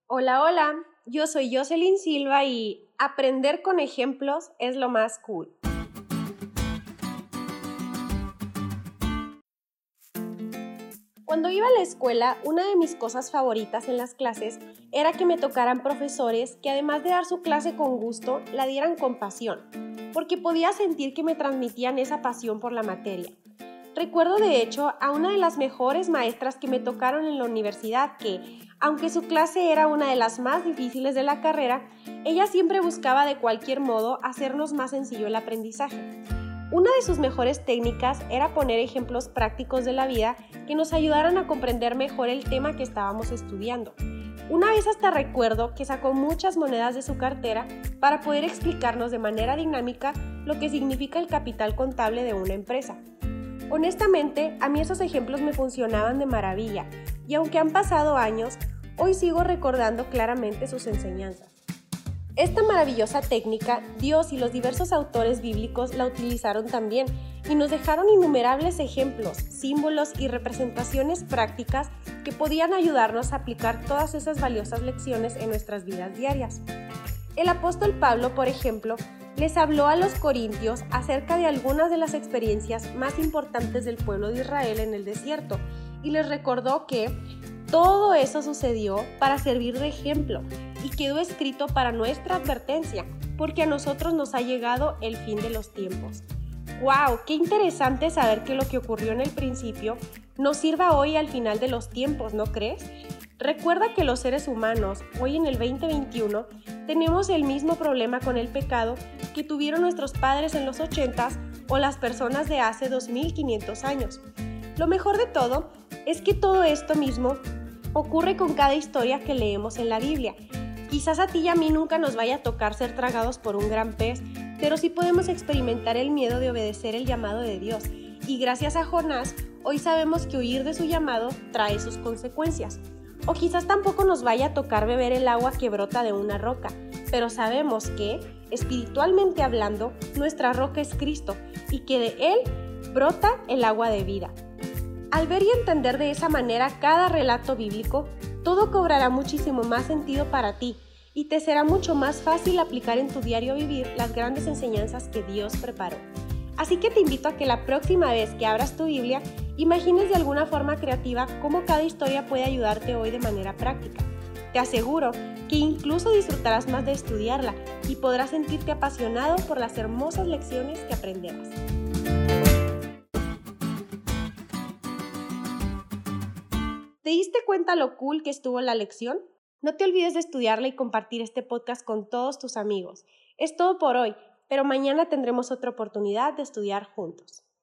Hola, hola, yo soy Jocelyn Silva y aprender con ejemplos es lo más cool. Cuando iba a la escuela, una de mis cosas favoritas en las clases era que me tocaran profesores que además de dar su clase con gusto, la dieran con pasión, porque podía sentir que me transmitían esa pasión por la materia. Recuerdo de hecho a una de las mejores maestras que me tocaron en la universidad que, aunque su clase era una de las más difíciles de la carrera, ella siempre buscaba de cualquier modo hacernos más sencillo el aprendizaje. Una de sus mejores técnicas era poner ejemplos prácticos de la vida que nos ayudaran a comprender mejor el tema que estábamos estudiando. Una vez hasta recuerdo que sacó muchas monedas de su cartera para poder explicarnos de manera dinámica lo que significa el capital contable de una empresa. Honestamente, a mí esos ejemplos me funcionaban de maravilla y aunque han pasado años, hoy sigo recordando claramente sus enseñanzas. Esta maravillosa técnica, Dios y los diversos autores bíblicos la utilizaron también y nos dejaron innumerables ejemplos, símbolos y representaciones prácticas que podían ayudarnos a aplicar todas esas valiosas lecciones en nuestras vidas diarias. El apóstol Pablo, por ejemplo, les habló a los corintios acerca de algunas de las experiencias más importantes del pueblo de Israel en el desierto y les recordó que todo eso sucedió para servir de ejemplo y quedó escrito para nuestra advertencia, porque a nosotros nos ha llegado el fin de los tiempos. ¡Wow! ¡Qué interesante saber que lo que ocurrió en el principio nos sirva hoy al final de los tiempos, ¿no crees? Recuerda que los seres humanos, hoy en el 2021, tenemos el mismo problema con el pecado que tuvieron nuestros padres en los 80s o las personas de hace 2500 años. Lo mejor de todo es que todo esto mismo ocurre con cada historia que leemos en la Biblia. Quizás a ti y a mí nunca nos vaya a tocar ser tragados por un gran pez, pero sí podemos experimentar el miedo de obedecer el llamado de Dios. Y gracias a Jonás, hoy sabemos que huir de su llamado trae sus consecuencias. O quizás tampoco nos vaya a tocar beber el agua que brota de una roca, pero sabemos que, espiritualmente hablando, nuestra roca es Cristo y que de Él brota el agua de vida. Al ver y entender de esa manera cada relato bíblico, todo cobrará muchísimo más sentido para ti y te será mucho más fácil aplicar en tu diario vivir las grandes enseñanzas que Dios preparó. Así que te invito a que la próxima vez que abras tu Biblia, imagines de alguna forma creativa cómo cada historia puede ayudarte hoy de manera práctica. Te aseguro que incluso disfrutarás más de estudiarla y podrás sentirte apasionado por las hermosas lecciones que aprenderás. ¿Te diste cuenta lo cool que estuvo la lección? No te olvides de estudiarla y compartir este podcast con todos tus amigos. Es todo por hoy, pero mañana tendremos otra oportunidad de estudiar juntos.